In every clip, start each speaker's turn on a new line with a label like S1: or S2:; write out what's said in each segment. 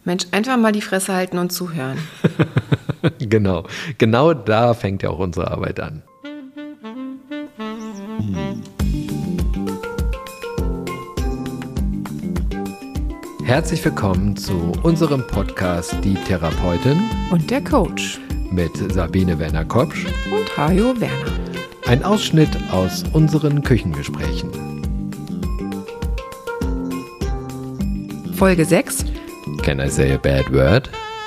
S1: Mensch, einfach mal die Fresse halten und zuhören.
S2: Genau da fängt ja auch unsere Arbeit an. Herzlich willkommen zu unserem Podcast Die Therapeutin
S1: Und der Coach.
S2: mit Sabine Werner-Kopsch
S1: Und Hajo Werner.
S2: Ein Ausschnitt aus unseren Küchengesprächen.
S1: Folge 6.
S2: Can I say a bad word?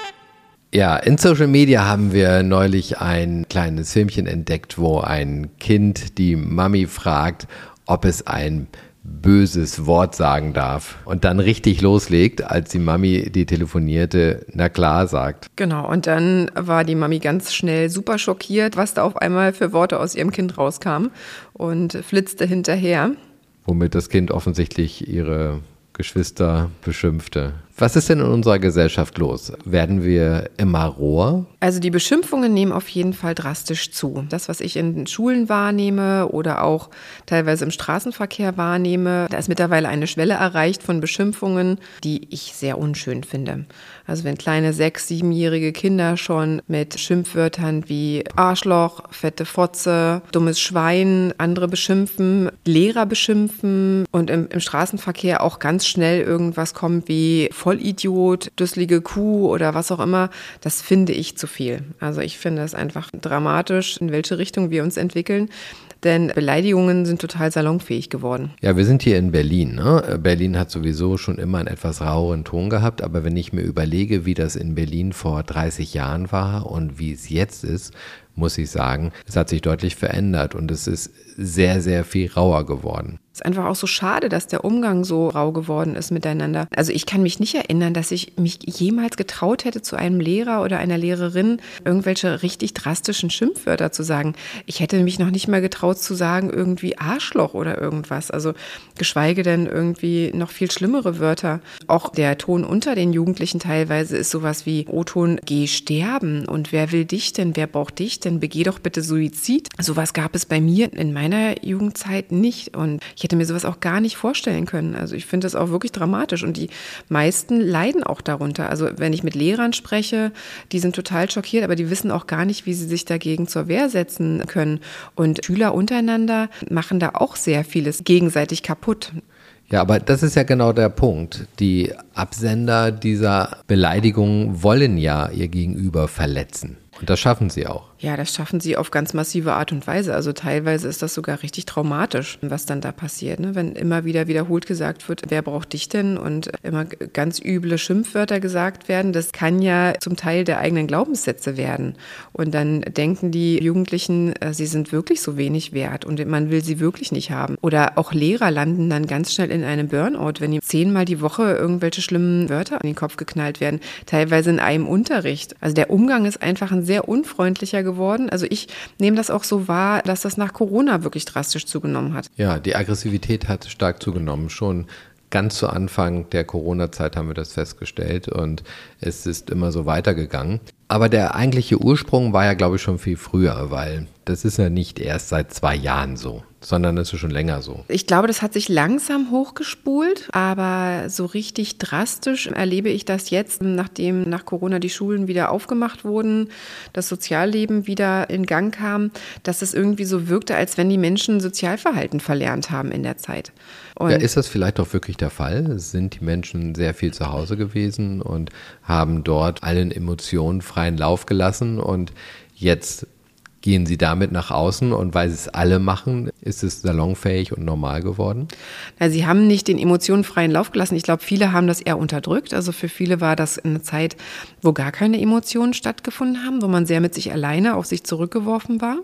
S2: Ja, in Social Media haben wir neulich ein kleines Filmchen entdeckt, wo ein Kind die Mami fragt, ob es ein böses Wort sagen darf und dann richtig loslegt, als die Mami, die telefonierte, na klar sagt.
S1: Genau, und dann war die Mami ganz schnell super schockiert, was da auf einmal für Worte aus ihrem Kind rauskamen und flitzte hinterher.
S2: Womit das Kind offensichtlich ihre Geschwister beschimpfte. Was ist denn in unserer Gesellschaft los? Werden wir immer roher?
S1: Also die Beschimpfungen nehmen auf jeden Fall drastisch zu. Das, was ich in Schulen wahrnehme oder auch teilweise im Straßenverkehr wahrnehme, da ist mittlerweile eine Schwelle erreicht von Beschimpfungen, die ich sehr unschön finde. Also wenn kleine 6-, 7-jährige Kinder schon mit Schimpfwörtern wie Arschloch, fette Fotze, dummes Schwein, andere beschimpfen, Lehrer beschimpfen und im Straßenverkehr auch ganz schnell irgendwas kommt wie Vollidiot, dusselige Kuh oder was auch immer, das finde ich zu viel. Also ich finde es einfach dramatisch, in welche Richtung wir uns entwickeln. Denn Beleidigungen sind total salonfähig geworden.
S2: Ja, wir sind hier in Berlin. Ne? Berlin hat sowieso schon immer einen etwas raueren Ton gehabt. Aber wenn ich mir überlege, wie das in Berlin vor 30 Jahren war und wie es jetzt ist, muss ich sagen, es hat sich deutlich verändert und es ist sehr, sehr viel rauer geworden.
S1: Es ist einfach auch so schade, dass der Umgang so rau geworden ist miteinander. Also ich kann mich nicht erinnern, dass ich mich jemals getraut hätte, zu einem Lehrer oder einer Lehrerin irgendwelche richtig drastischen Schimpfwörter zu sagen. Ich hätte mich noch nicht mal getraut zu sagen, irgendwie Arschloch oder irgendwas. Also geschweige denn irgendwie noch viel schlimmere Wörter. Auch der Ton unter den Jugendlichen teilweise ist sowas wie O-Ton, geh sterben und wer will dich denn, wer braucht dich denn, begeh doch bitte Suizid. Sowas gab es bei mir in meiner Jugendzeit nicht und ich hätte mir sowas auch gar nicht vorstellen können. Also ich finde das auch wirklich dramatisch und die meisten leiden auch darunter. Also wenn ich mit Lehrern spreche, die sind total schockiert, aber die wissen auch gar nicht, wie sie sich dagegen zur Wehr setzen können. Und Schüler untereinander machen da auch sehr vieles gegenseitig kaputt.
S2: Ja, aber das ist ja genau der Punkt. Die Absender dieser Beleidigungen wollen ja ihr Gegenüber verletzen. Und das schaffen sie auch.
S1: Ja, das schaffen sie auf ganz massive Art und Weise. Also teilweise ist das sogar richtig traumatisch, was dann da passiert. Ne? Wenn immer wieder wiederholt gesagt wird, wer braucht dich denn? Und immer ganz üble Schimpfwörter gesagt werden. Das kann ja zum Teil der eigenen Glaubenssätze werden. Und dann denken die Jugendlichen, sie sind wirklich so wenig wert und man will sie wirklich nicht haben. Oder auch Lehrer landen dann ganz schnell in einem Burnout, wenn ihnen 10-mal die Woche irgendwelche schlimmen Wörter in den Kopf geknallt werden. Teilweise in einem Unterricht. Also der Umgang ist einfach ein sehr unfreundlicher geworden. Also ich nehme das auch so wahr, dass das nach Corona wirklich drastisch zugenommen hat.
S2: Ja, die Aggressivität hat stark zugenommen. Schon ganz zu Anfang der Corona-Zeit haben wir das festgestellt und es ist immer so weitergegangen. Aber der eigentliche Ursprung war ja, glaube ich, schon viel früher, weil das ist ja nicht erst seit 2 Jahren so, sondern es ist schon länger so.
S1: Ich glaube, das hat sich langsam hochgespult, aber so richtig drastisch erlebe ich das jetzt, nachdem nach Corona die Schulen wieder aufgemacht wurden, das Sozialleben wieder in Gang kam, dass es irgendwie so wirkte, als wenn die Menschen Sozialverhalten verlernt haben in der Zeit. Und
S2: ja, ist das vielleicht auch wirklich der Fall? Sind die Menschen sehr viel zu Hause gewesen und haben dort allen Emotionen freien Lauf gelassen und jetzt gehen sie damit nach außen und weil sie es alle machen, ist es salonfähig und normal geworden?
S1: Na, sie haben nicht den Emotionen freien Lauf gelassen. Ich glaube, viele haben das eher unterdrückt. Also für viele war das eine Zeit, wo gar keine Emotionen stattgefunden haben, wo man sehr mit sich alleine auf sich zurückgeworfen war.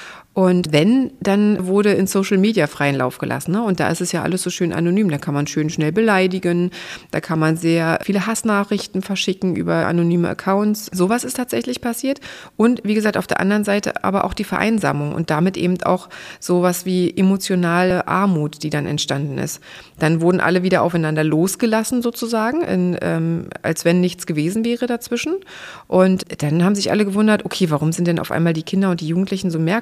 S1: Und wenn, dann wurde in Social Media freien Lauf gelassen. Ne? Und da ist es ja alles so schön anonym. Da kann man schön schnell beleidigen. Da kann man sehr viele Hassnachrichten verschicken über anonyme Accounts. Sowas ist tatsächlich passiert. Und wie gesagt, auf der anderen Seite aber auch die Vereinsamung und damit eben auch sowas wie emotionale Armut, die dann entstanden ist. Dann wurden alle wieder aufeinander losgelassen sozusagen, als wenn nichts gewesen wäre dazwischen. Und dann haben sich alle gewundert, okay, warum sind denn auf einmal die Kinder und die Jugendlichen so merkwürdig?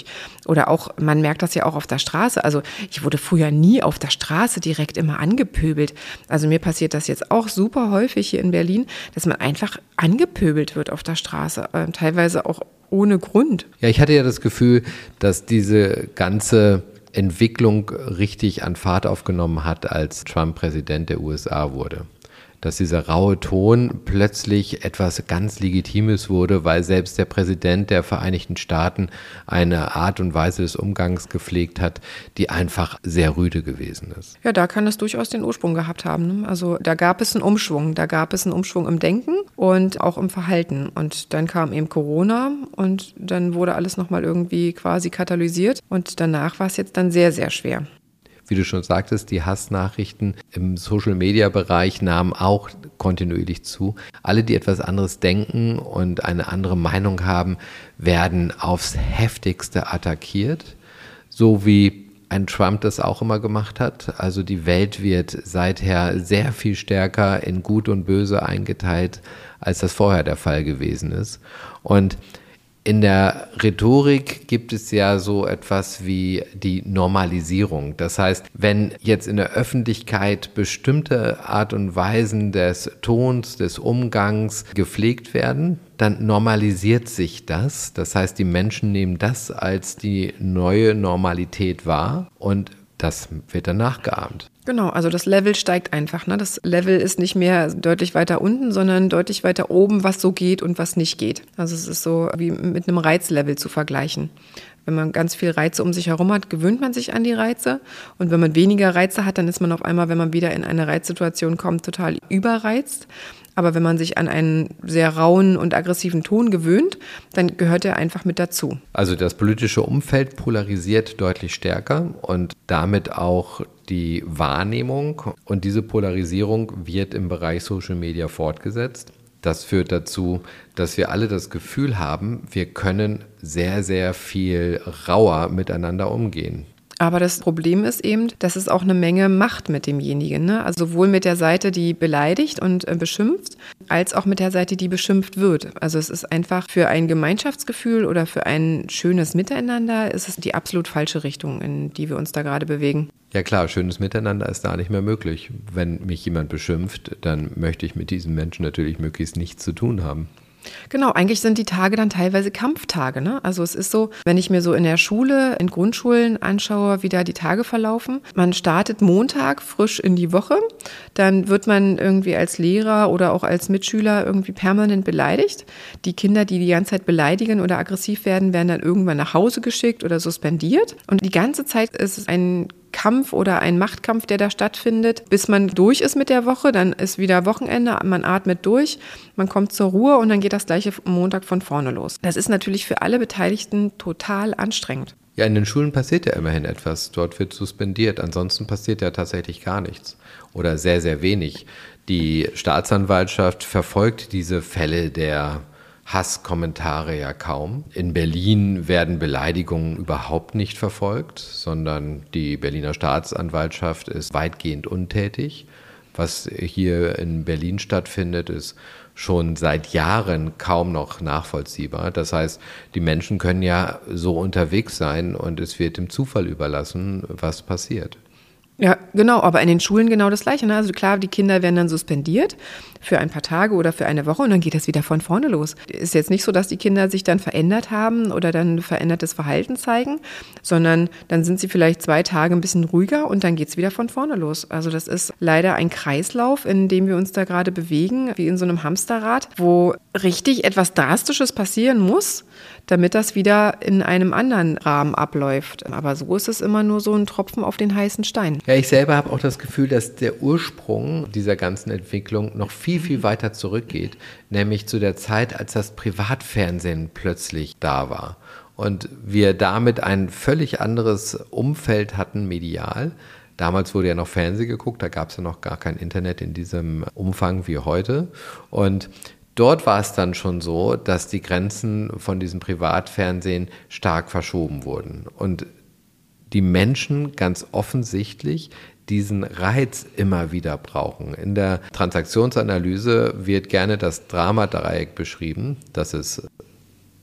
S1: Oder auch, man merkt das ja auch auf der Straße. Also ich wurde früher nie auf der Straße direkt immer angepöbelt. Also mir passiert das jetzt auch super häufig hier in Berlin, dass man einfach angepöbelt wird auf der Straße. Teilweise auch ohne Grund.
S2: Ja, ich hatte ja das Gefühl, dass diese ganze Entwicklung richtig an Fahrt aufgenommen hat, als Trump Präsident der USA wurde. Dass dieser raue Ton plötzlich etwas ganz Legitimes wurde, weil selbst der Präsident der Vereinigten Staaten eine Art und Weise des Umgangs gepflegt hat, die einfach sehr rüde gewesen ist.
S1: Ja, da kann es durchaus den Ursprung gehabt haben. Ne? Also da gab es einen Umschwung. Da gab es einen Umschwung im Denken und auch im Verhalten. Und dann kam eben Corona und dann wurde alles nochmal irgendwie quasi katalysiert. Und danach war es jetzt dann sehr, sehr schwer.
S2: Wie du schon sagtest, die Hassnachrichten im Social-Media-Bereich nahmen auch kontinuierlich zu. Alle, die etwas anderes denken und eine andere Meinung haben, werden aufs Heftigste attackiert. So wie ein Trump das auch immer gemacht hat. Also die Welt wird seither sehr viel stärker in Gut und Böse eingeteilt, als das vorher der Fall gewesen ist. Und in der Rhetorik gibt es ja so etwas wie die Normalisierung. Das heißt, wenn jetzt in der Öffentlichkeit bestimmte Art und Weisen des Tons, des Umgangs gepflegt werden, dann normalisiert sich das. Das heißt, die Menschen nehmen das als die neue Normalität wahr und das wird dann nachgeahmt.
S1: Genau, also das Level steigt einfach. Ne? Das Level ist nicht mehr deutlich weiter unten, sondern deutlich weiter oben, was so geht und was nicht geht. Also es ist so wie mit einem Reizlevel zu vergleichen. Wenn man ganz viel Reize um sich herum hat, gewöhnt man sich an die Reize. Und wenn man weniger Reize hat, dann ist man auf einmal, wenn man wieder in eine Reizsituation kommt, total überreizt. Aber wenn man sich an einen sehr rauen und aggressiven Ton gewöhnt, dann gehört er einfach mit dazu.
S2: Also das politische Umfeld polarisiert deutlich stärker und damit auch die Wahrnehmung. Und diese Polarisierung wird im Bereich Social Media fortgesetzt. Das führt dazu, dass wir alle das Gefühl haben, wir können sehr, sehr viel rauer miteinander umgehen.
S1: Aber das Problem ist eben, dass es auch eine Menge macht mit demjenigen. Ne? Also sowohl mit der Seite, die beleidigt und beschimpft, als auch mit der Seite, die beschimpft wird. Also es ist einfach für ein Gemeinschaftsgefühl oder für ein schönes Miteinander ist es die absolut falsche Richtung, in die wir uns da gerade bewegen.
S2: Ja klar, schönes Miteinander ist da nicht mehr möglich. Wenn mich jemand beschimpft, dann möchte ich mit diesem Menschen natürlich möglichst nichts zu tun haben.
S1: Genau, eigentlich sind die Tage dann teilweise Kampftage. Ne? Also es ist so, wenn ich mir so in der Schule, in Grundschulen anschaue, wie da die Tage verlaufen. Man startet Montag frisch in die Woche, dann wird man irgendwie als Lehrer oder auch als Mitschüler irgendwie permanent beleidigt. Die Kinder, die die ganze Zeit beleidigen oder aggressiv werden, werden dann irgendwann nach Hause geschickt oder suspendiert. Und die ganze Zeit ist es ein Kampf oder ein Machtkampf, der da stattfindet, bis man durch ist mit der Woche, dann ist wieder Wochenende, man atmet durch, man kommt zur Ruhe und dann geht das gleiche Montag von vorne los. Das ist natürlich für alle Beteiligten total anstrengend.
S2: Ja, in den Schulen passiert ja immerhin etwas. Dort wird suspendiert. Ansonsten passiert ja tatsächlich gar nichts oder sehr, sehr wenig. Die Staatsanwaltschaft verfolgt diese Fälle der Hasskommentare ja kaum. In Berlin werden Beleidigungen überhaupt nicht verfolgt, sondern die Berliner Staatsanwaltschaft ist weitgehend untätig. Was hier in Berlin stattfindet, ist schon seit Jahren kaum noch nachvollziehbar. Das heißt, die Menschen können ja so unterwegs sein und es wird dem Zufall überlassen, was passiert.
S1: Ja, genau, aber in den Schulen genau das Gleiche. Ne? Also klar, die Kinder werden dann suspendiert für ein paar Tage oder für eine Woche und dann geht das wieder von vorne los. Ist jetzt nicht so, dass die Kinder sich dann verändert haben oder dann verändertes Verhalten zeigen, sondern dann sind sie vielleicht 2 Tage ein bisschen ruhiger und dann geht es wieder von vorne los. Also das ist leider ein Kreislauf, in dem wir uns da gerade bewegen, wie in so einem Hamsterrad, wo richtig etwas Drastisches passieren muss, damit das wieder in einem anderen Rahmen abläuft. Aber so ist es immer nur so ein Tropfen auf den heißen Stein.
S2: Ja, ich selber habe auch das Gefühl, dass der Ursprung dieser ganzen Entwicklung noch viel, viel weiter zurückgeht, nämlich zu der Zeit, als das Privatfernsehen plötzlich da war. Und wir damit ein völlig anderes Umfeld hatten medial. Damals wurde ja noch Fernsehen geguckt, da gab es ja noch gar kein Internet in diesem Umfang wie heute. Und dort war es dann schon so, dass die Grenzen von diesem Privatfernsehen stark verschoben wurden und die Menschen ganz offensichtlich diesen Reiz immer wieder brauchen. In der Transaktionsanalyse wird gerne das Dramadreieck beschrieben. Das ist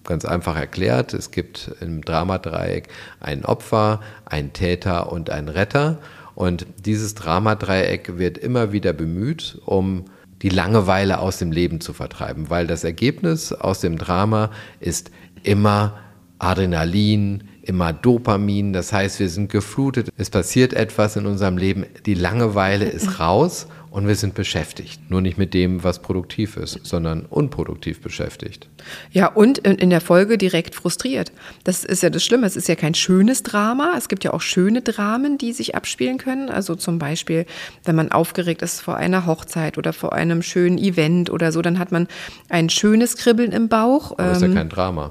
S2: Ganz einfach erklärt, es gibt im Dramadreieck ein Opfer, einen Täter und einen Retter. Und dieses Dramadreieck wird immer wieder bemüht, um die Langeweile aus dem Leben zu vertreiben, weil das Ergebnis aus dem Drama ist immer Adrenalin, immer Dopamin. Das heißt, wir sind geflutet, es passiert etwas in unserem Leben, die Langeweile ist raus und wir sind beschäftigt. Nur nicht mit dem, was produktiv ist, sondern unproduktiv beschäftigt.
S1: Ja, und in der Folge direkt frustriert. Das ist ja das Schlimme. Es ist ja kein schönes Drama. Es gibt ja auch schöne Dramen, die sich abspielen können. Also zum Beispiel, wenn man aufgeregt ist vor einer Hochzeit oder vor einem schönen Event oder so, dann hat man ein schönes Kribbeln im Bauch.
S2: Aber ist ja kein Drama.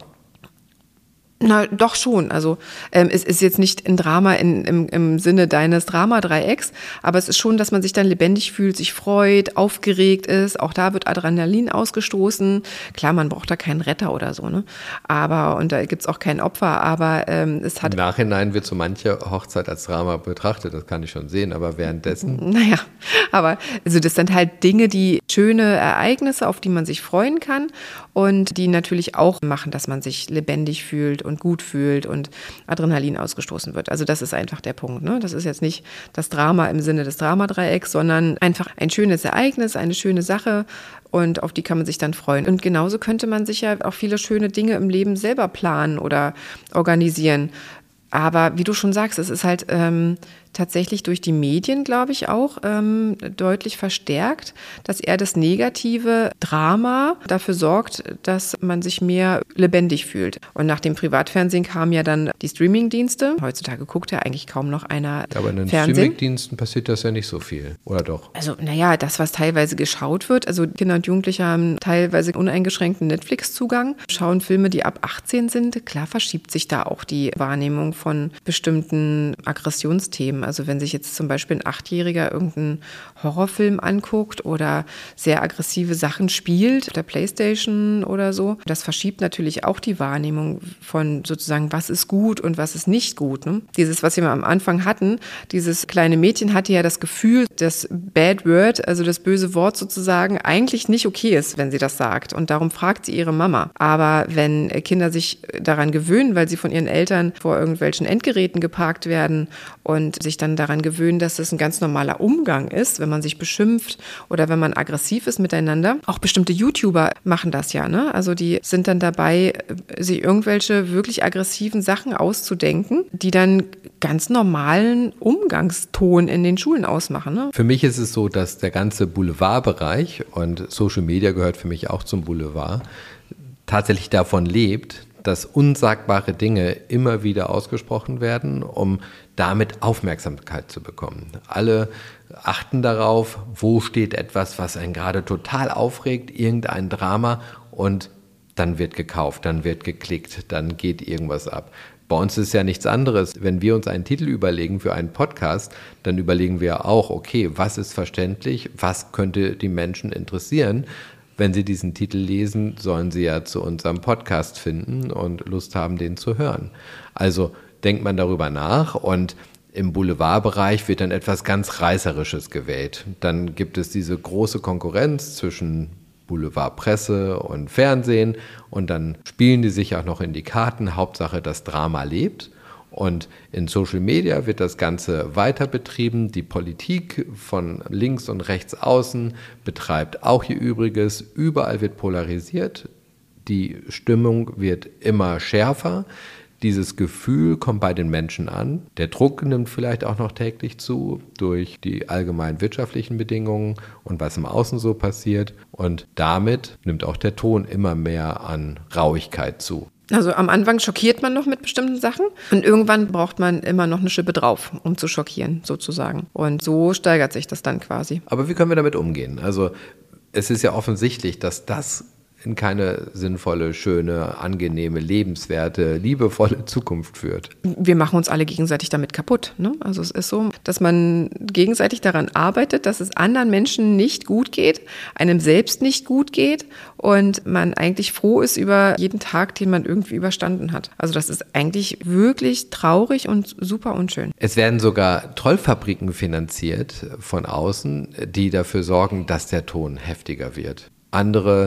S1: Na, doch schon. Also es ist jetzt nicht ein Drama im Sinne deines Dramadreiecks, aber es ist schon, dass man sich dann lebendig fühlt, sich freut, aufgeregt ist. Auch da wird Adrenalin ausgestoßen. Klar, man braucht da keinen Retter oder so, ne? Und da gibt's auch kein Opfer, aber es hat...
S2: Im Nachhinein wird so manche Hochzeit als Drama betrachtet, das kann ich schon sehen, aber währenddessen...
S1: Naja, aber also das sind halt Dinge, schöne Ereignisse, auf die man sich freuen kann und die natürlich auch machen, dass man sich lebendig fühlt und gut fühlt und Adrenalin ausgestoßen wird. Also das ist einfach der Punkt, ne? Das ist jetzt nicht das Drama im Sinne des Dramadreiecks, sondern einfach ein schönes Ereignis, eine schöne Sache und auf die kann man sich dann freuen. Und genauso könnte man sich ja auch viele schöne Dinge im Leben selber planen oder organisieren. Aber wie du schon sagst, es ist halt tatsächlich durch die Medien, glaube ich, auch deutlich verstärkt, dass eher das negative Drama dafür sorgt, dass man sich mehr lebendig fühlt. Und nach dem Privatfernsehen kamen ja dann die Streamingdienste. Heutzutage guckt ja eigentlich kaum noch einer
S2: Aber in den
S1: Fernsehen.
S2: Streamingdiensten passiert das ja nicht so viel, oder doch?
S1: Also, naja, das, was teilweise geschaut wird, also Kinder und Jugendliche haben teilweise uneingeschränkten Netflix-Zugang, schauen Filme, die ab 18 sind. Klar verschiebt sich da auch die Wahrnehmung von bestimmten Aggressionsthemen. Also wenn sich jetzt zum Beispiel ein 8-Jähriger irgendeinen Horrorfilm anguckt oder sehr aggressive Sachen spielt, auf der Playstation oder so, das verschiebt natürlich auch die Wahrnehmung von sozusagen, was ist gut und was ist nicht gut. Ne? Dieses, was wir am Anfang hatten, dieses kleine Mädchen hatte ja das Gefühl, dass Bad Word, also das böse Wort sozusagen, eigentlich nicht okay ist, wenn sie das sagt. Und darum fragt sie ihre Mama. Aber wenn Kinder sich daran gewöhnen, weil sie von ihren Eltern vor irgendwelchen Endgeräten geparkt werden und sich dann daran gewöhnen, dass es ein ganz normaler Umgang ist, wenn man sich beschimpft oder wenn man aggressiv ist miteinander. Auch bestimmte YouTuber machen das ja, ne? Also die sind dann dabei, sich irgendwelche wirklich aggressiven Sachen auszudenken, die dann ganz normalen Umgangston in den Schulen ausmachen, ne?
S2: Für mich ist es so, dass der ganze Boulevardbereich, und Social Media gehört für mich auch zum Boulevard, tatsächlich davon lebt, dass unsagbare Dinge immer wieder ausgesprochen werden, um damit Aufmerksamkeit zu bekommen. Alle achten darauf, wo steht etwas, was einen gerade total aufregt, irgendein Drama, und dann wird gekauft, dann wird geklickt, dann geht irgendwas ab. Bei uns ist ja nichts anderes. Wenn wir uns einen Titel überlegen für einen Podcast, dann überlegen wir auch, okay, was ist verständlich, was könnte die Menschen interessieren? Wenn sie diesen Titel lesen, sollen sie ja zu unserem Podcast finden und Lust haben, den zu hören. Also denkt man darüber nach, und im Boulevardbereich wird dann etwas ganz Reißerisches gewählt. Dann gibt es diese große Konkurrenz zwischen Boulevardpresse und Fernsehen, und dann spielen die sich auch noch in die Karten. Hauptsache, das Drama lebt. Und in Social Media wird das Ganze weiter betrieben. Die Politik von links und rechts außen betreibt auch ihr Übriges. Überall wird polarisiert. Die Stimmung wird immer schärfer. Dieses Gefühl kommt bei den Menschen an. Der Druck nimmt vielleicht auch noch täglich zu durch die allgemeinen wirtschaftlichen Bedingungen und was im Außen so passiert. Und damit nimmt auch der Ton immer mehr an Rauigkeit zu.
S1: Also am Anfang schockiert man noch mit bestimmten Sachen und irgendwann braucht man immer noch eine Schippe drauf, um zu schockieren sozusagen. Und so steigert sich das dann quasi.
S2: Aber wie können wir damit umgehen? Also es ist ja offensichtlich, dass das in keine sinnvolle, schöne, angenehme, lebenswerte, liebevolle Zukunft führt.
S1: Wir machen uns alle gegenseitig damit kaputt, ne? Also es ist so, dass man gegenseitig daran arbeitet, dass es anderen Menschen nicht gut geht, einem selbst nicht gut geht und man eigentlich froh ist über jeden Tag, den man irgendwie überstanden hat. Also das ist eigentlich wirklich traurig und super unschön.
S2: Es werden sogar Trollfabriken finanziert von außen, die dafür sorgen, dass der Ton heftiger wird. Andere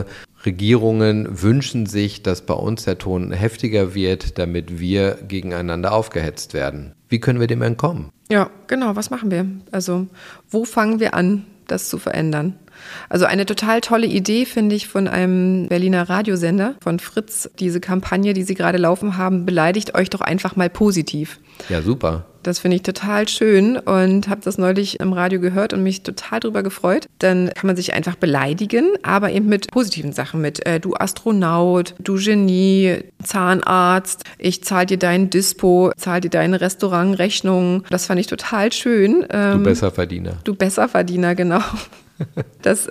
S2: Regierungen wünschen sich, dass bei uns der Ton heftiger wird, damit wir gegeneinander aufgehetzt werden. Wie können wir dem entkommen?
S1: Ja, genau, was machen wir? Also, wo fangen wir an, das zu verändern? Also eine total tolle Idee, finde ich, von einem Berliner Radiosender, von Fritz, diese Kampagne, die sie gerade laufen haben, beleidigt euch doch einfach mal positiv.
S2: Ja, super.
S1: Das finde ich total schön und habe das neulich im Radio gehört und mich total drüber gefreut. Dann kann man sich einfach beleidigen, aber eben mit positiven Sachen, mit du Astronaut, du Genie, Zahnarzt, ich zahle dir dein Dispo, zahle dir deine Restaurantrechnung. Das fand ich total schön.
S2: Du Besserverdiener.
S1: Du Besserverdiener, genau. Das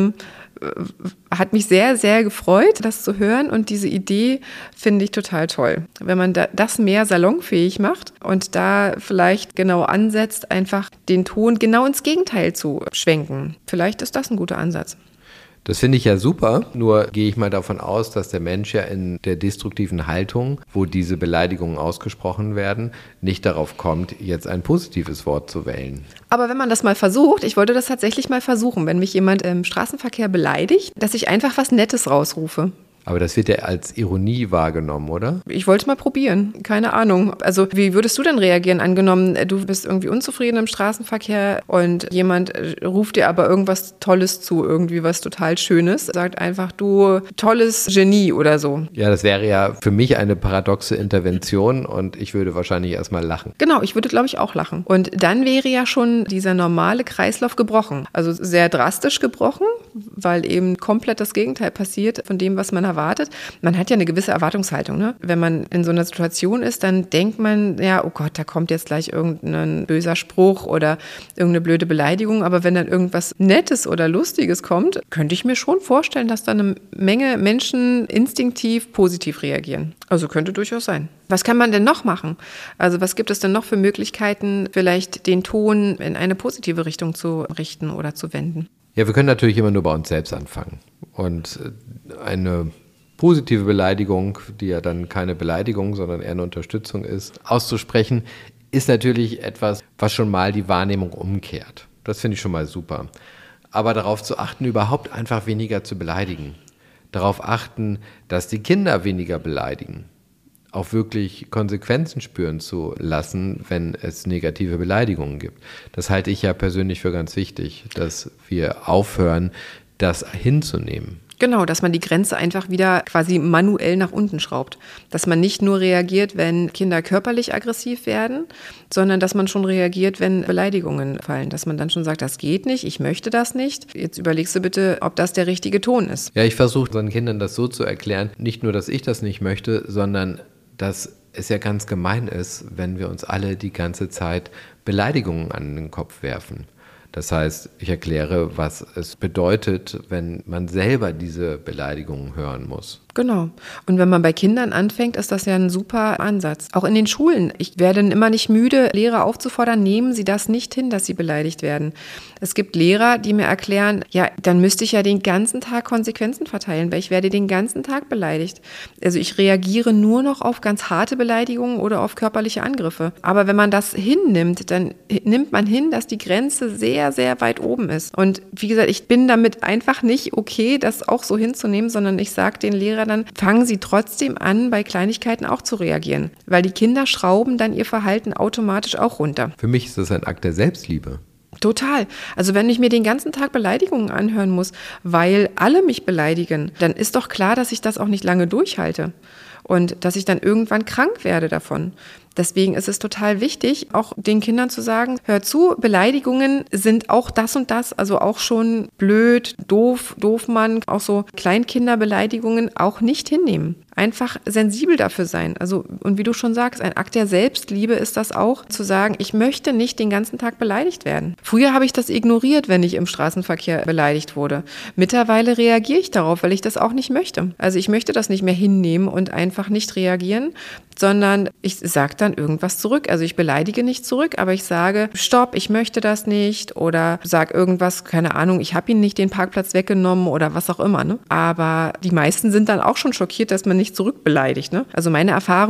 S1: hat mich sehr, sehr gefreut, das zu hören und diese Idee finde ich total toll. Wenn man das mehr salonfähig macht und da vielleicht genau ansetzt, einfach den Ton genau ins Gegenteil zu schwenken. Vielleicht ist das ein guter Ansatz.
S2: Das finde ich ja super, nur gehe ich mal davon aus, dass der Mensch ja in der destruktiven Haltung, wo diese Beleidigungen ausgesprochen werden, nicht darauf kommt, jetzt ein positives Wort zu wählen.
S1: Aber wenn man das mal versucht, ich wollte das tatsächlich mal versuchen, wenn mich jemand im Straßenverkehr beleidigt, dass ich einfach was Nettes rausrufe.
S2: Aber das wird ja als Ironie wahrgenommen, oder?
S1: Ich wollte es mal probieren, keine Ahnung. Also wie würdest du denn reagieren? Angenommen, du bist irgendwie unzufrieden im Straßenverkehr und jemand ruft dir aber irgendwas Tolles zu, irgendwie was total Schönes, sagt einfach, du tolles Genie oder so.
S2: Ja, das wäre ja für mich eine paradoxe Intervention und ich würde wahrscheinlich erstmal lachen.
S1: Genau, ich würde, glaube ich, auch lachen. Und dann wäre ja schon dieser normale Kreislauf gebrochen. Also sehr drastisch gebrochen, weil eben komplett das Gegenteil passiert von dem, was man erwartet. Man hat ja eine gewisse Erwartungshaltung, ne? Wenn man in so einer Situation ist, dann denkt man, ja, oh Gott, da kommt jetzt gleich irgendein böser Spruch oder irgendeine blöde Beleidigung. Aber wenn dann irgendwas Nettes oder Lustiges kommt, könnte ich mir schon vorstellen, dass dann eine Menge Menschen instinktiv positiv reagieren. Also könnte durchaus sein. Was kann man denn noch machen? Also was gibt es denn noch für Möglichkeiten, vielleicht den Ton in eine positive Richtung zu richten oder zu wenden?
S2: Ja, wir können natürlich immer nur bei uns selbst anfangen. Und eine positive Beleidigung, die ja dann keine Beleidigung, sondern eher eine Unterstützung ist, auszusprechen, ist natürlich etwas, was schon mal die Wahrnehmung umkehrt. Das finde ich schon mal super. Aber darauf zu achten, überhaupt einfach weniger zu beleidigen. Darauf achten, dass die Kinder weniger beleidigen. Auch wirklich Konsequenzen spüren zu lassen, wenn es negative Beleidigungen gibt. Das halte ich ja persönlich für ganz wichtig, dass wir aufhören, das hinzunehmen.
S1: Genau, dass man die Grenze einfach wieder quasi manuell nach unten schraubt. Dass man nicht nur reagiert, wenn Kinder körperlich aggressiv werden, sondern dass man schon reagiert, wenn Beleidigungen fallen. Dass man dann schon sagt, das geht nicht, ich möchte das nicht. Jetzt überlegst du bitte, ob das der richtige Ton ist.
S2: Ja, ich versuche unseren Kindern das so zu erklären, nicht nur, dass ich das nicht möchte, sondern dass es ja ganz gemein ist, wenn wir uns alle die ganze Zeit Beleidigungen an den Kopf werfen. Das heißt, ich erkläre, was es bedeutet, wenn man selber diese Beleidigungen hören muss.
S1: Genau. Und wenn man bei Kindern anfängt, ist das ja ein super Ansatz. Auch in den Schulen. Ich werde immer nicht müde, Lehrer aufzufordern, nehmen Sie das nicht hin, dass Sie beleidigt werden. Es gibt Lehrer, die mir erklären, ja, dann müsste ich ja den ganzen Tag Konsequenzen verteilen, weil ich werde den ganzen Tag beleidigt. Also ich reagiere nur noch auf ganz harte Beleidigungen oder auf körperliche Angriffe. Aber wenn man das hinnimmt, dann nimmt man hin, dass die Grenze sehr, sehr weit oben ist. Und wie gesagt, ich bin damit einfach nicht okay, das auch so hinzunehmen, sondern ich sage den Lehrern, dann fangen sie trotzdem an, bei Kleinigkeiten auch zu reagieren. Weil die Kinder schrauben dann ihr Verhalten automatisch auch runter.
S2: Für mich ist das ein Akt der Selbstliebe.
S1: Total. Also wenn ich mir den ganzen Tag Beleidigungen anhören muss, weil alle mich beleidigen, dann ist doch klar, dass ich das auch nicht lange durchhalte und dass ich dann irgendwann krank werde davon. Deswegen ist es total wichtig, auch den Kindern zu sagen, hör zu, Beleidigungen sind auch das und das, also auch schon blöd, doof, Doofmann, auch so Kleinkinderbeleidigungen auch nicht hinnehmen. Einfach sensibel dafür sein. Also, und wie du schon sagst, ein Akt der Selbstliebe ist das auch, zu sagen, ich möchte nicht den ganzen Tag beleidigt werden. Früher habe ich das ignoriert, wenn ich im Straßenverkehr beleidigt wurde. Mittlerweile reagiere ich darauf, weil ich das auch nicht möchte. Also ich möchte das nicht mehr hinnehmen und einfach nicht reagieren, sondern ich sage dann irgendwas zurück. Also ich beleidige nicht zurück, aber ich sage, stopp, ich möchte das nicht oder sage irgendwas, keine Ahnung, ich habe Ihnen nicht den Parkplatz weggenommen oder was auch immer. Ne? Aber die meisten sind dann auch schon schockiert, dass man nicht zurückbeleidigt. Ne? Also meine Erfahrung ist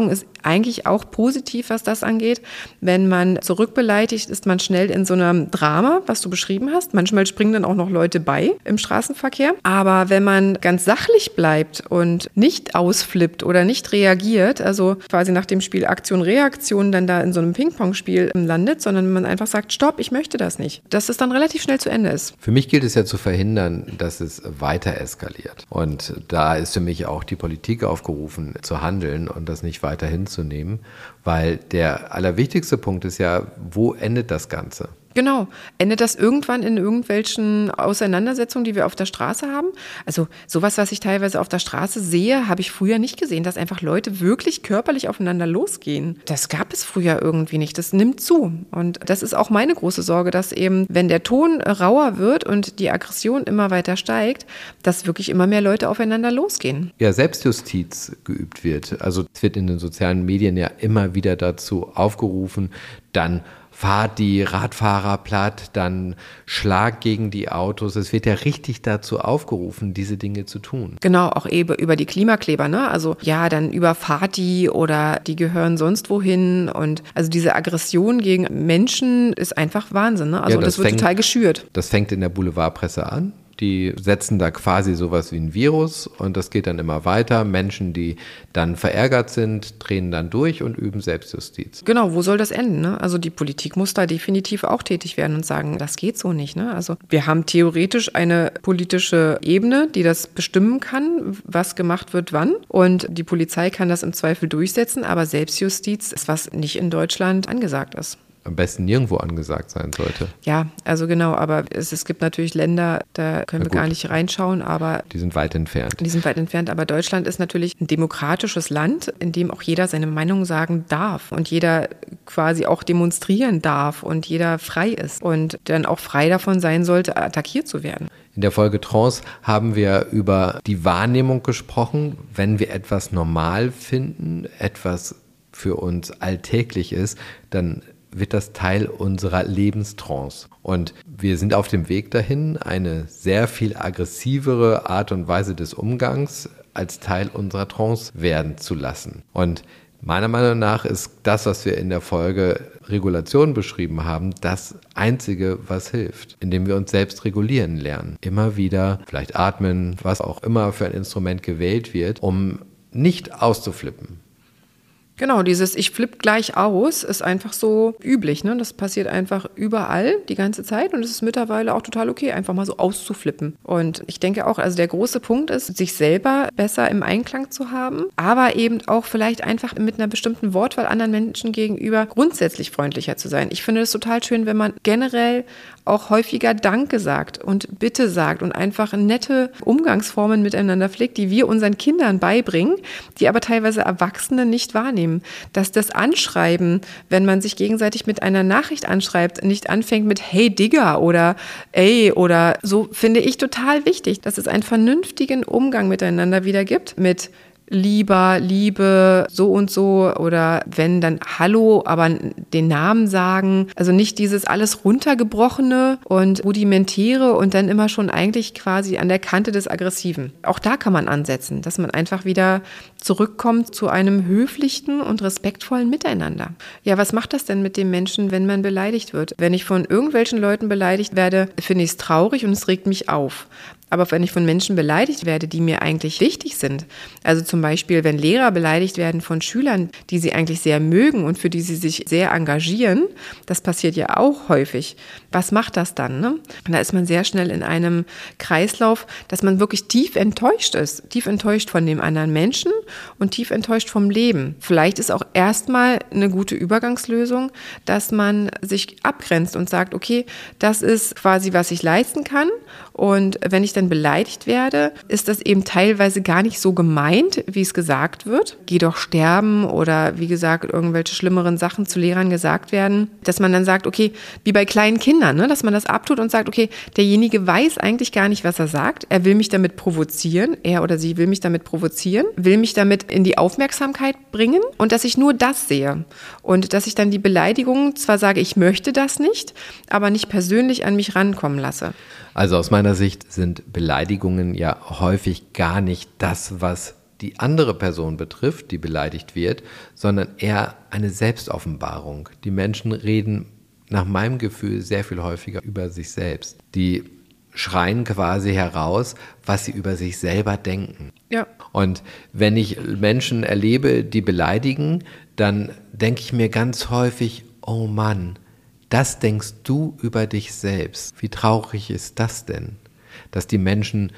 S1: eigentlich auch positiv, was das angeht. Wenn man zurückbeleidigt, ist man schnell in so einem Drama, was du beschrieben hast. Manchmal springen dann auch noch Leute bei im Straßenverkehr. Aber wenn man ganz sachlich bleibt und nicht ausflippt oder nicht reagiert, also quasi nach dem Spiel Aktion-Reaktion dann da in so einem Ping-Pong-Spiel landet, sondern wenn man einfach sagt, stopp, ich möchte das nicht, dass es dann relativ schnell zu Ende ist.
S2: Für mich gilt es ja zu verhindern, dass es weiter eskaliert. Und da ist für mich auch die Politik aufgerufen, zu handeln und das nicht weiter hinzunehmen, weil der allerwichtigste Punkt ist ja, wo endet das Ganze?
S1: Genau. Endet das irgendwann in irgendwelchen Auseinandersetzungen, die wir auf der Straße haben? Also sowas, was ich teilweise auf der Straße sehe, habe ich früher nicht gesehen, dass einfach Leute wirklich körperlich aufeinander losgehen. Das gab es früher irgendwie nicht. Das nimmt zu. Und das ist auch meine große Sorge, dass eben, wenn der Ton rauer wird und die Aggression immer weiter steigt, dass wirklich immer mehr Leute aufeinander losgehen.
S2: Ja, Selbstjustiz geübt wird. Also es wird in den sozialen Medien ja immer wieder dazu aufgerufen, dann fahrt die Radfahrer platt, dann Schlag gegen die Autos. Es wird ja richtig dazu aufgerufen, diese Dinge zu tun.
S1: Genau, auch eben über die Klimakleber, ne? Also ja, dann überfahrt die oder die gehören sonst wohin. Und also diese Aggression gegen Menschen ist einfach Wahnsinn, ne? Also ja, das wird total geschürt.
S2: Das fängt in der Boulevardpresse an. Die setzen da quasi sowas wie ein Virus und das geht dann immer weiter. Menschen, die dann verärgert sind, drehen dann durch und üben Selbstjustiz.
S1: Genau, wo soll das enden? Ne? Also die Politik muss da definitiv auch tätig werden und sagen, das geht so nicht. Ne? Also wir haben theoretisch eine politische Ebene, die das bestimmen kann, was gemacht wird wann. Und die Polizei kann das im Zweifel durchsetzen, aber Selbstjustiz ist, was nicht in Deutschland angesagt ist.
S2: Am besten nirgendwo angesagt sein sollte.
S1: Ja, also genau, aber es gibt natürlich Länder, da können wir gar nicht reinschauen, aber
S2: die sind weit entfernt.
S1: Die sind weit entfernt, aber Deutschland ist natürlich ein demokratisches Land, in dem auch jeder seine Meinung sagen darf und jeder quasi auch demonstrieren darf und jeder frei ist und dann auch frei davon sein sollte, attackiert zu werden.
S2: In der Folge Trance haben wir über die Wahrnehmung gesprochen, wenn wir etwas normal finden, etwas für uns alltäglich ist, dann wird das Teil unserer Lebenstrance. Und wir sind auf dem Weg dahin, eine sehr viel aggressivere Art und Weise des Umgangs als Teil unserer Trance werden zu lassen. Und meiner Meinung nach ist das, was wir in der Folge Regulation beschrieben haben, das Einzige, was hilft, indem wir uns selbst regulieren lernen. Immer wieder, vielleicht atmen, was auch immer für ein Instrument gewählt wird, um nicht auszuflippen.
S1: Genau, dieses ich flippe gleich aus ist einfach so üblich, ne? Das passiert einfach überall die ganze Zeit und es ist mittlerweile auch total okay, einfach mal so auszuflippen. Und ich denke auch, also der große Punkt ist, sich selber besser im Einklang zu haben, aber eben auch vielleicht einfach mit einer bestimmten Wortwahl anderen Menschen gegenüber grundsätzlich freundlicher zu sein. Ich finde es total schön, wenn man generell auch häufiger Danke sagt und Bitte sagt und einfach nette Umgangsformen miteinander pflegt, die wir unseren Kindern beibringen, die aber teilweise Erwachsene nicht wahrnehmen. Dass das Anschreiben, wenn man sich gegenseitig mit einer Nachricht anschreibt, nicht anfängt mit Hey Digga oder Ey oder so, finde ich total wichtig, dass es einen vernünftigen Umgang miteinander wieder gibt mit Lieber, Liebe, so und so oder wenn dann Hallo, aber den Namen sagen. Also nicht dieses alles runtergebrochene und rudimentäre und dann immer schon eigentlich quasi an der Kante des Aggressiven. Auch da kann man ansetzen, dass man einfach wieder zurückkommt zu einem höflichen und respektvollen Miteinander. Ja, was macht das denn mit dem Menschen, wenn man beleidigt wird? Wenn ich von irgendwelchen Leuten beleidigt werde, finde ich es traurig und es regt mich auf. Aber wenn ich von Menschen beleidigt werde, die mir eigentlich wichtig sind, also zum Beispiel, wenn Lehrer beleidigt werden von Schülern, die sie eigentlich sehr mögen und für die sie sich sehr engagieren, das passiert ja auch häufig. Was macht das dann? Ne? Da ist man sehr schnell in einem Kreislauf, dass man wirklich tief enttäuscht ist. Tief enttäuscht von dem anderen Menschen und tief enttäuscht vom Leben. Vielleicht ist auch erstmal eine gute Übergangslösung, dass man sich abgrenzt und sagt, okay, das ist quasi, was ich leisten kann. Und wenn ich dann beleidigt werde, ist das eben teilweise gar nicht so gemeint, wie es gesagt wird. Geh doch sterben oder wie gesagt, irgendwelche schlimmeren Sachen zu Lehrern gesagt werden, dass man dann sagt, okay, wie bei kleinen Kindern, ne, dass man das abtut und sagt, okay, derjenige weiß eigentlich gar nicht, was er sagt. Er will mich damit provozieren, er oder sie will mich damit provozieren, will mich damit in die Aufmerksamkeit bringen und dass ich nur das sehe. Und dass ich dann die Beleidigung zwar sage, ich möchte das nicht, aber nicht persönlich an mich rankommen lasse.
S2: Also aus meiner Sicht sind Beleidigungen ja häufig gar nicht das, was die andere Person betrifft, die beleidigt wird, sondern eher eine Selbstoffenbarung. Die Menschen reden nach meinem Gefühl sehr viel häufiger über sich selbst. Die schreien quasi heraus, was sie über sich selber denken.
S1: Ja.
S2: Und wenn ich Menschen erlebe, die beleidigen, dann denke ich mir ganz häufig, oh Mann, das denkst du über dich selbst. Wie traurig ist das denn, dass die Menschen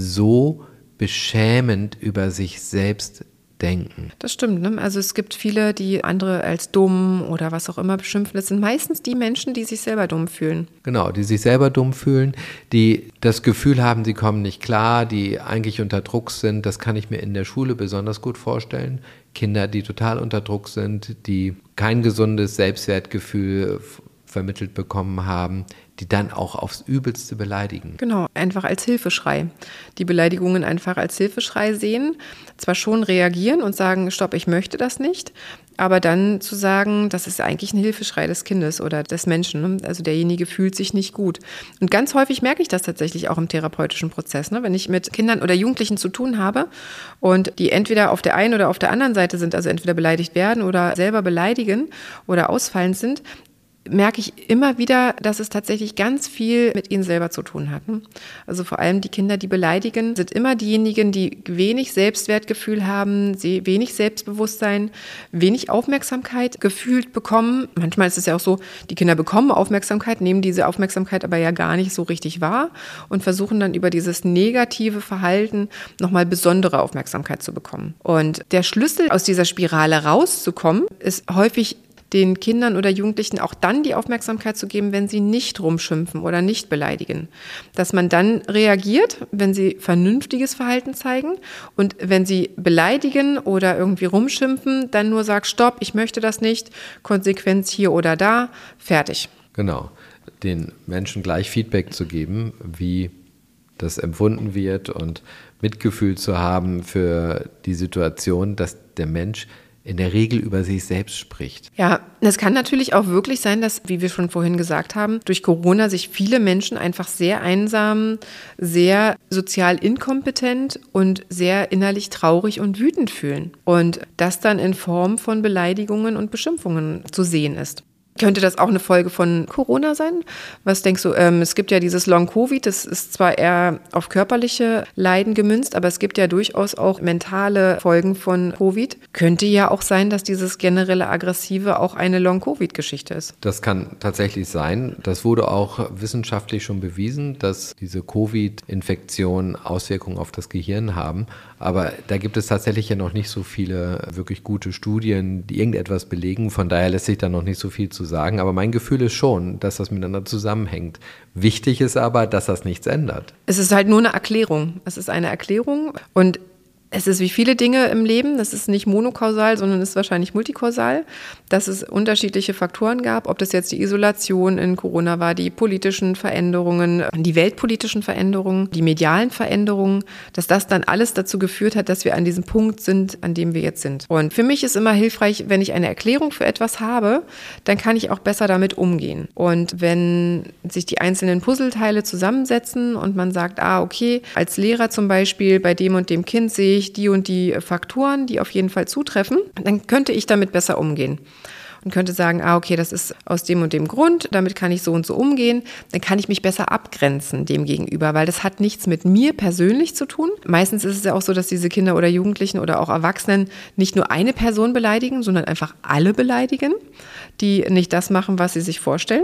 S2: so beschämend über sich selbst denken.
S1: Das stimmt, ne? Also es gibt viele, die andere als dumm oder was auch immer beschimpfen. Das sind meistens die Menschen, die sich selber dumm fühlen.
S2: Genau, die sich selber dumm fühlen, die das Gefühl haben, sie kommen nicht klar, die eigentlich unter Druck sind. Das kann ich mir in der Schule besonders gut vorstellen. Kinder, die total unter Druck sind, die kein gesundes Selbstwertgefühl vermittelt bekommen haben, die dann auch aufs Übelste beleidigen.
S1: Genau, einfach als Hilfeschrei. Die Beleidigungen einfach als Hilfeschrei sehen, zwar schon reagieren und sagen, stopp, ich möchte das nicht, aber dann zu sagen, das ist eigentlich ein Hilfeschrei des Kindes oder des Menschen. Ne? Also derjenige fühlt sich nicht gut. Und ganz häufig merke ich das tatsächlich auch im therapeutischen Prozess, ne? Wenn ich mit Kindern oder Jugendlichen zu tun habe und die entweder auf der einen oder auf der anderen Seite sind, also entweder beleidigt werden oder selber beleidigen oder ausfallend sind, merke ich immer wieder, dass es tatsächlich ganz viel mit ihnen selber zu tun hat. Also vor allem die Kinder, die beleidigen, sind immer diejenigen, die wenig Selbstwertgefühl haben, wenig Selbstbewusstsein, wenig Aufmerksamkeit gefühlt bekommen. Manchmal ist es ja auch so, die Kinder bekommen Aufmerksamkeit, nehmen diese Aufmerksamkeit aber ja gar nicht so richtig wahr und versuchen dann über dieses negative Verhalten nochmal besondere Aufmerksamkeit zu bekommen. Und der Schlüssel aus dieser Spirale rauszukommen, ist häufig den Kindern oder Jugendlichen auch dann die Aufmerksamkeit zu geben, wenn sie nicht rumschimpfen oder nicht beleidigen. Dass man dann reagiert, wenn sie vernünftiges Verhalten zeigen und wenn sie beleidigen oder irgendwie rumschimpfen, dann nur sagt, stopp, ich möchte das nicht, Konsequenz hier oder da, fertig.
S2: Genau, den Menschen gleich Feedback zu geben, wie das empfunden wird und Mitgefühl zu haben für die Situation, dass der Mensch in der Regel über sich selbst spricht.
S1: Ja, es kann natürlich auch wirklich sein, dass, wie wir schon vorhin gesagt haben, durch Corona sich viele Menschen einfach sehr einsam, sehr sozial inkompetent und sehr innerlich traurig und wütend fühlen. Und das dann in Form von Beleidigungen und Beschimpfungen zu sehen ist. Könnte das auch eine Folge von Corona sein? Was denkst du? Es gibt ja dieses Long-Covid, das ist zwar eher auf körperliche Leiden gemünzt, aber es gibt ja durchaus auch mentale Folgen von Covid. Könnte ja auch sein, dass dieses generelle Aggressive auch eine Long-Covid-Geschichte ist.
S2: Das kann tatsächlich sein. Das wurde auch wissenschaftlich schon bewiesen, dass diese Covid-Infektionen Auswirkungen auf das Gehirn haben. Aber da gibt es tatsächlich ja noch nicht so viele wirklich gute Studien, die irgendetwas belegen. Von daher lässt sich da noch nicht so viel zu sagen. Aber mein Gefühl ist schon, dass das miteinander zusammenhängt. Wichtig ist aber, dass das nichts ändert.
S1: Es ist halt nur eine Erklärung. Es ist eine Erklärung und es ist wie viele Dinge im Leben, das ist nicht monokausal, sondern ist wahrscheinlich multikausal, dass es unterschiedliche Faktoren gab, ob das jetzt die Isolation in Corona war, die politischen Veränderungen, die weltpolitischen Veränderungen, die medialen Veränderungen, dass das dann alles dazu geführt hat, dass wir an diesem Punkt sind, an dem wir jetzt sind. Und für mich ist immer hilfreich, wenn ich eine Erklärung für etwas habe, dann kann ich auch besser damit umgehen. Und wenn sich die einzelnen Puzzleteile zusammensetzen und man sagt, okay, als Lehrer zum Beispiel, bei dem und dem Kind sehe ich die und die Faktoren, die auf jeden Fall zutreffen, dann könnte ich damit besser umgehen. Und könnte sagen, okay, das ist aus dem und dem Grund, damit kann ich so und so umgehen, dann kann ich mich besser abgrenzen dem gegenüber, weil das hat nichts mit mir persönlich zu tun. Meistens ist es ja auch so, dass diese Kinder oder Jugendlichen oder auch Erwachsenen nicht nur eine Person beleidigen, sondern einfach alle beleidigen, die nicht das machen, was sie sich vorstellen.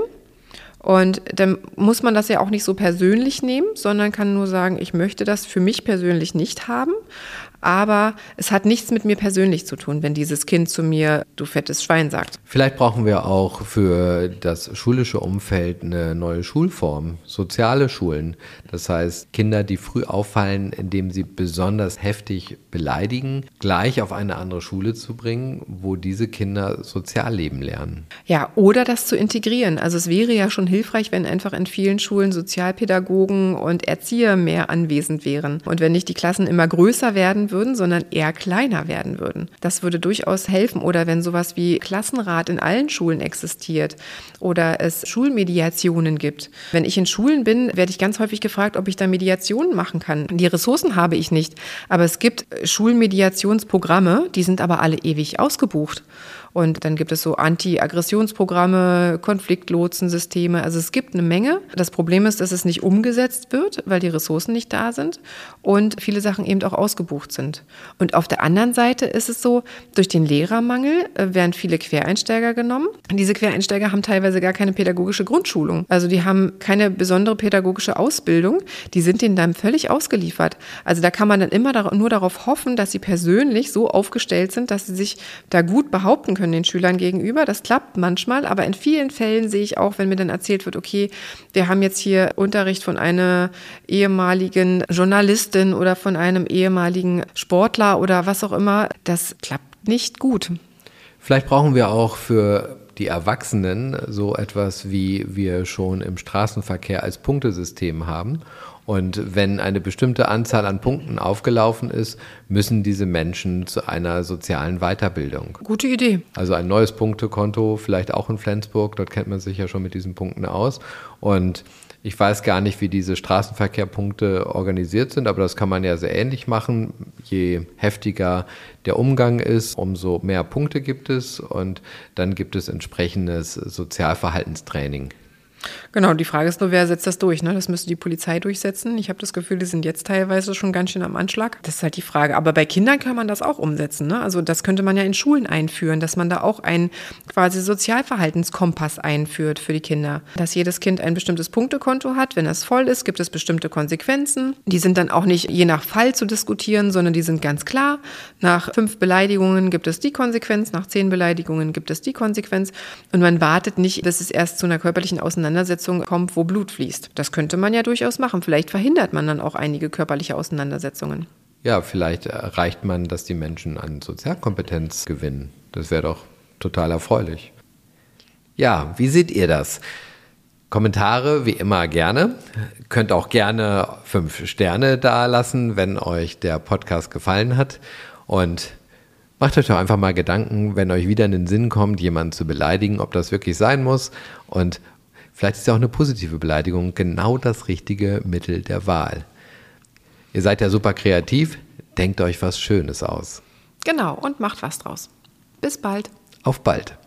S1: Und dann muss man das ja auch nicht so persönlich nehmen, sondern kann nur sagen, ich möchte das für mich persönlich nicht haben, aber es hat nichts mit mir persönlich zu tun, wenn dieses Kind zu mir, du fettes Schwein, sagt.
S2: Vielleicht brauchen wir auch für das schulische Umfeld eine neue Schulform, soziale Schulen. Das heißt, Kinder, die früh auffallen, indem sie besonders heftig beleidigen, gleich auf eine andere Schule zu bringen, wo diese Kinder Sozialleben lernen.
S1: Ja, oder das zu integrieren. Also es wäre ja schon hilfreich, wenn einfach in vielen Schulen Sozialpädagogen und Erzieher mehr anwesend wären. Und wenn nicht die Klassen immer größer werden würden, sondern eher kleiner werden würden. Das würde durchaus helfen. Oder wenn sowas wie Klassenrat in allen Schulen existiert oder es Schulmediationen gibt. Wenn ich in Schulen bin, werde ich ganz häufig gefragt, ob ich da Mediationen machen kann. Die Ressourcen habe ich nicht. Aber es gibt Schulmediationsprogramme, die sind aber alle ewig ausgebucht. Und dann gibt es so Anti-Aggressionsprogramme, Konfliktlotsensysteme. Also es gibt eine Menge. Das Problem ist, dass es nicht umgesetzt wird, weil die Ressourcen nicht da sind und viele Sachen eben auch ausgebucht sind. Und auf der anderen Seite ist es so, durch den Lehrermangel werden viele Quereinsteiger genommen. Diese Quereinsteiger haben teilweise gar keine pädagogische Grundschulung. Also die haben keine besondere pädagogische Ausbildung. Die sind denen dann völlig ausgeliefert. Also da kann man dann immer nur darauf hoffen, dass sie persönlich so aufgestellt sind, dass sie sich da gut behaupten können den Schülern gegenüber. Das klappt manchmal, aber in vielen Fällen sehe ich auch, wenn mir dann erzählt wird, okay, wir haben jetzt hier Unterricht von einer ehemaligen Journalistin oder von einem ehemaligen Sportler oder was auch immer, das klappt nicht gut.
S2: Vielleicht brauchen wir auch für die Erwachsenen so etwas, wie wir schon im Straßenverkehr als Punktesystem haben. Und wenn eine bestimmte Anzahl an Punkten aufgelaufen ist, müssen diese Menschen zu einer sozialen Weiterbildung.
S1: Gute Idee.
S2: Also ein neues Punktekonto, vielleicht auch in Flensburg, dort kennt man sich ja schon mit diesen Punkten aus. Und ich weiß gar nicht, wie diese Straßenverkehrpunkte organisiert sind, aber das kann man ja sehr ähnlich machen. Je heftiger der Umgang ist, umso mehr Punkte gibt es und dann gibt es entsprechendes Sozialverhaltenstraining.
S1: Genau, die Frage ist nur, wer setzt das durch? Ne? Das müsste die Polizei durchsetzen. Ich habe das Gefühl, die sind jetzt teilweise schon ganz schön am Anschlag. Das ist halt die Frage. Aber bei Kindern kann man das auch umsetzen. Ne? Also das könnte man ja in Schulen einführen, dass man da auch einen quasi Sozialverhaltenskompass einführt für die Kinder. Dass jedes Kind ein bestimmtes Punktekonto hat. Wenn es voll ist, gibt es bestimmte Konsequenzen. Die sind dann auch nicht je nach Fall zu diskutieren, sondern die sind ganz klar. Nach 5 Beleidigungen gibt es die Konsequenz, nach 10 Beleidigungen gibt es die Konsequenz. Und man wartet nicht, bis es erst zu einer körperlichen Auseinandersetzung kommt, wo Blut fließt. Das könnte man ja durchaus machen. Vielleicht verhindert man dann auch einige körperliche Auseinandersetzungen.
S2: Ja, vielleicht erreicht man, dass die Menschen an Sozialkompetenz gewinnen. Das wäre doch total erfreulich. Ja, wie seht ihr das? Kommentare wie immer gerne. Könnt auch gerne 5 Sterne dalassen, wenn euch der Podcast gefallen hat. Und macht euch doch einfach mal Gedanken, wenn euch wieder in den Sinn kommt, jemanden zu beleidigen, ob das wirklich sein muss. Und vielleicht ist ja auch eine positive Beleidigung genau das richtige Mittel der Wahl. Ihr seid ja super kreativ, denkt euch was Schönes aus.
S1: Genau, und macht was draus. Bis bald.
S2: Auf bald.